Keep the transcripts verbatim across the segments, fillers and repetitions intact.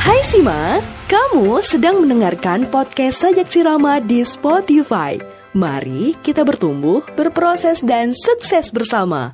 Hai Sima, kamu sedang mendengarkan podcast Sajak Sirama di Spotify. Mari kita bertumbuh, berproses, dan sukses bersama.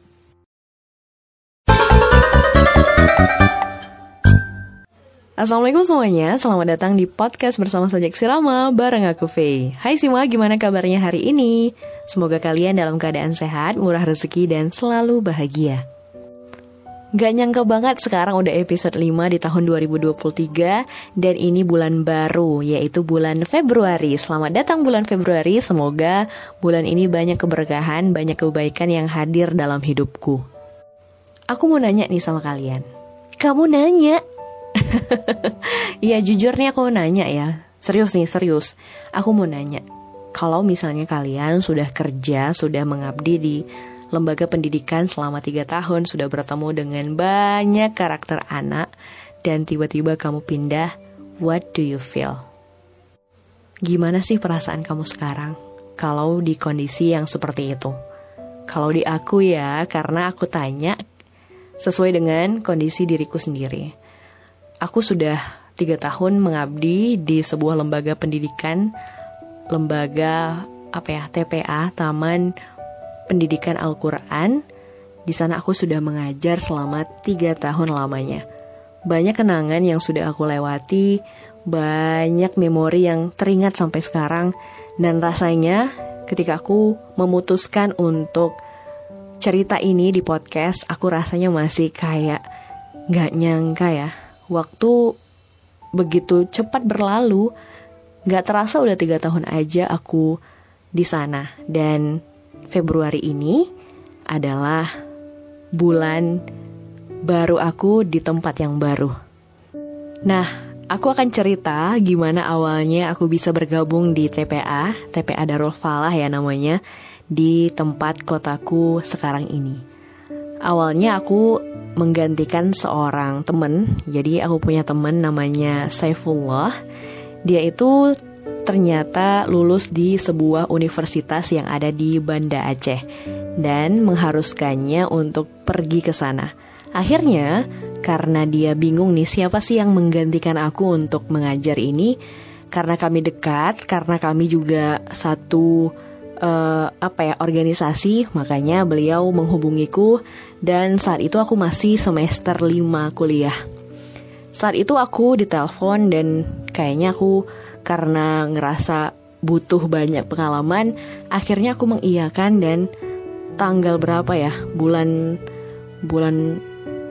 Assalamualaikum semuanya, selamat datang di podcast bersama Sajak Sirama bareng aku Faye. Hai Sima, gimana kabarnya hari ini? Semoga kalian dalam keadaan sehat, murah rezeki, dan selalu bahagia. Gak nyangka banget sekarang udah episode lima di tahun dua ribu dua puluh tiga. Dan ini bulan baru, yaitu bulan Februari. Selamat datang bulan Februari. Semoga bulan ini banyak keberkahan, banyak kebaikan yang hadir dalam hidupku. Aku mau nanya nih sama kalian. Kamu nanya? Iya jujur nih aku nanya ya. Serius nih, serius. Aku mau nanya, kalau misalnya kalian sudah kerja, sudah mengabdi di lembaga pendidikan selama tiga tahun, sudah bertemu dengan banyak karakter anak, dan tiba-tiba kamu pindah, what do you feel? Gimana sih perasaan kamu sekarang kalau di kondisi yang seperti itu? Kalau di aku ya, karena aku tanya sesuai dengan kondisi diriku sendiri. Aku sudah tiga tahun mengabdi di sebuah lembaga pendidikan, lembaga apa ya, T P A, Taman Pendidikan Al-Quran. Di sana aku sudah mengajar selama tiga tahun lamanya. Banyak kenangan yang sudah aku lewati, banyak memori yang teringat sampai sekarang. Dan rasanya ketika aku memutuskan untuk cerita ini di podcast, aku rasanya masih kayak gak nyangka ya, waktu begitu cepat berlalu. Gak terasa udah tiga tahun aja aku di sana. Dan Februari ini adalah bulan baru aku di tempat yang baru. Nah, aku akan cerita gimana awalnya aku bisa bergabung di T P A, T P A Darul Falah ya namanya, di tempat kotaku sekarang ini. Awalnya aku menggantikan seorang teman. Jadi aku punya teman namanya Saifullah. Dia itu ternyata lulus di sebuah universitas yang ada di Banda Aceh dan mengharuskannya untuk pergi ke sana. Akhirnya, karena dia bingung nih siapa sih yang menggantikan aku untuk mengajar ini, karena kami dekat, karena kami juga satu uh, apa ya organisasi, makanya beliau menghubungiku. Dan saat itu aku masih semester lima kuliah. Saat itu aku ditelepon dan kayaknya aku karena ngerasa butuh banyak pengalaman, akhirnya aku mengiyakan. Dan tanggal berapa ya, bulan bulan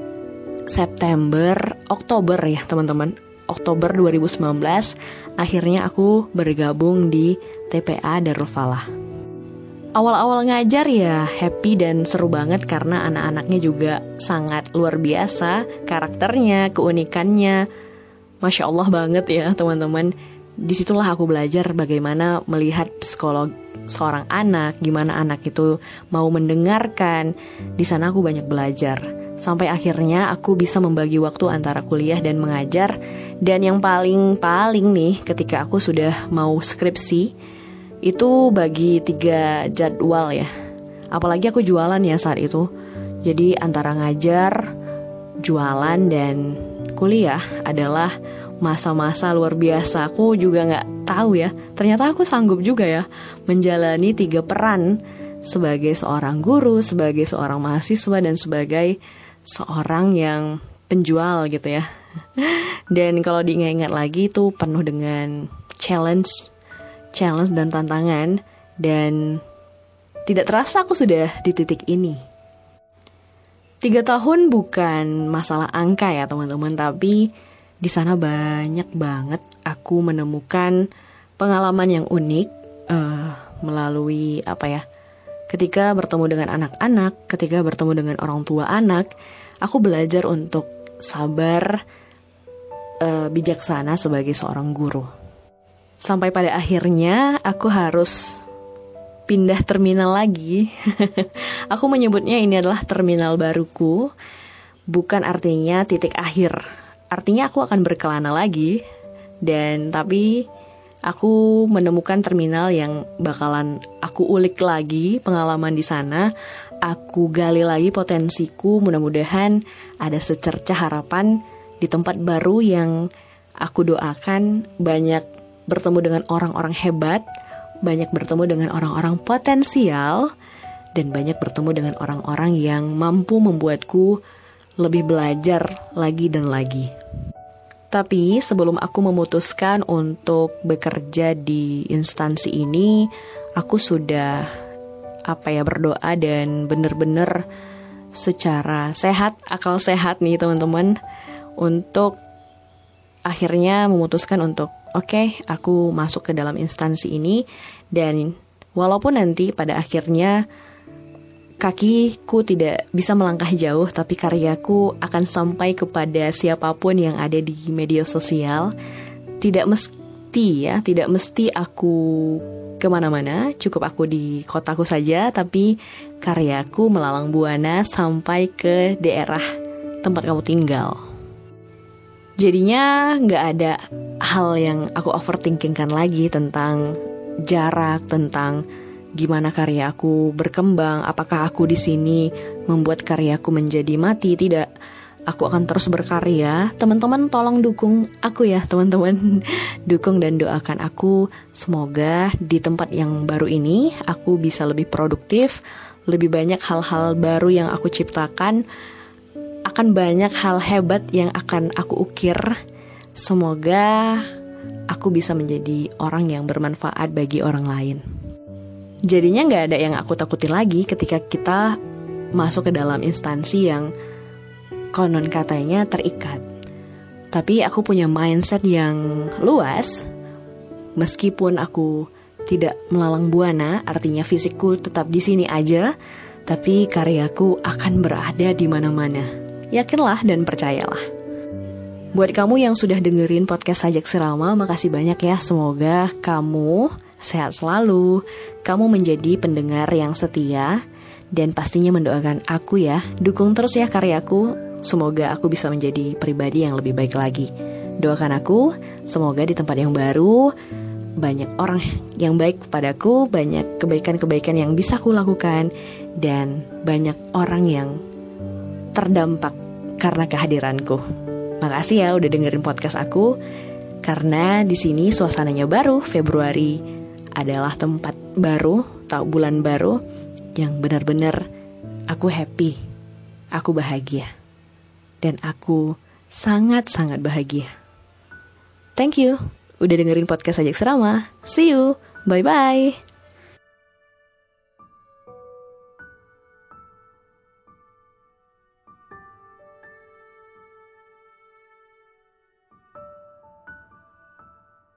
September, Oktober ya teman-teman, Oktober dua ribu sembilan belas, akhirnya aku bergabung di T P A Darul Falah. Awal-awal ngajar ya happy dan seru banget karena anak-anaknya juga sangat luar biasa, karakternya, keunikannya, Masya Allah banget ya teman-teman. Disitulah aku belajar bagaimana melihat psikolog seorang anak, gimana anak itu mau mendengarkan. Di sana aku banyak belajar. Sampai akhirnya aku bisa membagi waktu antara kuliah dan mengajar. Dan yang paling-paling nih ketika aku sudah mau skripsi, itu bagi tiga jadwal ya. Apalagi aku jualan ya saat itu. Jadi antara ngajar, jualan, dan kuliah adalah masa-masa luar biasa. Aku juga gak tahu ya, ternyata aku sanggup juga ya menjalani tiga peran, sebagai seorang guru, sebagai seorang mahasiswa, dan sebagai seorang yang penjual gitu ya. Dan kalau diingat-ingat lagi itu penuh dengan challenge Challenge dan tantangan. Dan tidak terasa aku sudah di titik ini. Tiga tahun bukan masalah angka ya teman-teman, tapi di sana banyak banget aku menemukan pengalaman yang unik uh, melalui apa ya? Ketika bertemu dengan anak-anak, ketika bertemu dengan orang tua anak, aku belajar untuk sabar, uh, bijaksana sebagai seorang guru. Sampai pada akhirnya aku harus pindah terminal lagi. Aku menyebutnya ini adalah terminal baruku. Bukan artinya titik akhir. Artinya aku akan berkelana lagi. Dan tapi aku menemukan terminal yang bakalan aku ulik lagi pengalaman di sana. Aku gali lagi potensiku. Mudah-mudahan ada secercah harapan di tempat baru yang aku doakan banyak bertemu dengan orang-orang hebat, banyak bertemu dengan orang-orang potensial, dan banyak bertemu dengan orang-orang yang mampu membuatku lebih belajar lagi dan lagi. Tapi sebelum aku memutuskan untuk bekerja di instansi ini, aku sudah apa ya berdoa dan benar-benar secara sehat, akal sehat nih teman-teman, untuk akhirnya memutuskan untuk oke, okay, aku masuk ke dalam instansi ini. Dan walaupun nanti pada akhirnya kakiku tidak bisa melangkah jauh, tapi karyaku akan sampai kepada siapapun yang ada di media sosial. Tidak mesti ya, tidak mesti aku kemana-mana, cukup aku di kotaku saja, tapi karyaku melalang buana sampai ke daerah tempat kamu tinggal. Jadinya gak ada hal yang aku overthinkingkan lagi tentang jarak, tentang gimana karyaku berkembang, apakah aku di sini membuat karyaku menjadi mati. Tidak, aku akan terus berkarya. Teman-teman tolong dukung aku ya teman-teman. Dukung dan doakan aku. Semoga di tempat yang baru ini aku bisa lebih produktif, lebih banyak hal-hal baru yang aku ciptakan, akan banyak hal hebat yang akan aku ukir. Semoga aku bisa menjadi orang yang bermanfaat bagi orang lain. Jadinya gak ada yang aku takuti lagi ketika kita masuk ke dalam instansi yang konon katanya terikat. Tapi aku punya mindset yang luas. Meskipun aku tidak melalang buana, artinya fisikku tetap di sini aja, tapi karyaku akan berada di mana-mana. Yakinlah dan percayalah. Buat kamu yang sudah dengerin podcast Sajak Sirama, makasih banyak ya. Semoga kamu sehat selalu, kamu menjadi pendengar yang setia, dan pastinya mendoakan aku ya. Dukung terus ya karyaku, semoga aku bisa menjadi pribadi yang lebih baik lagi. Doakan aku, semoga di tempat yang baru banyak orang yang baik kepadaku, banyak kebaikan-kebaikan yang bisa aku lakukan, dan banyak orang yang terdampak karena kehadiranku. Makasih ya udah dengerin podcast aku, karena di sini suasananya baru. Februari adalah tempat baru, atau bulan baru yang benar-benar aku happy, aku bahagia, dan aku sangat-sangat bahagia. Thank you udah dengerin podcast Sajak Sirama. See you, bye-bye.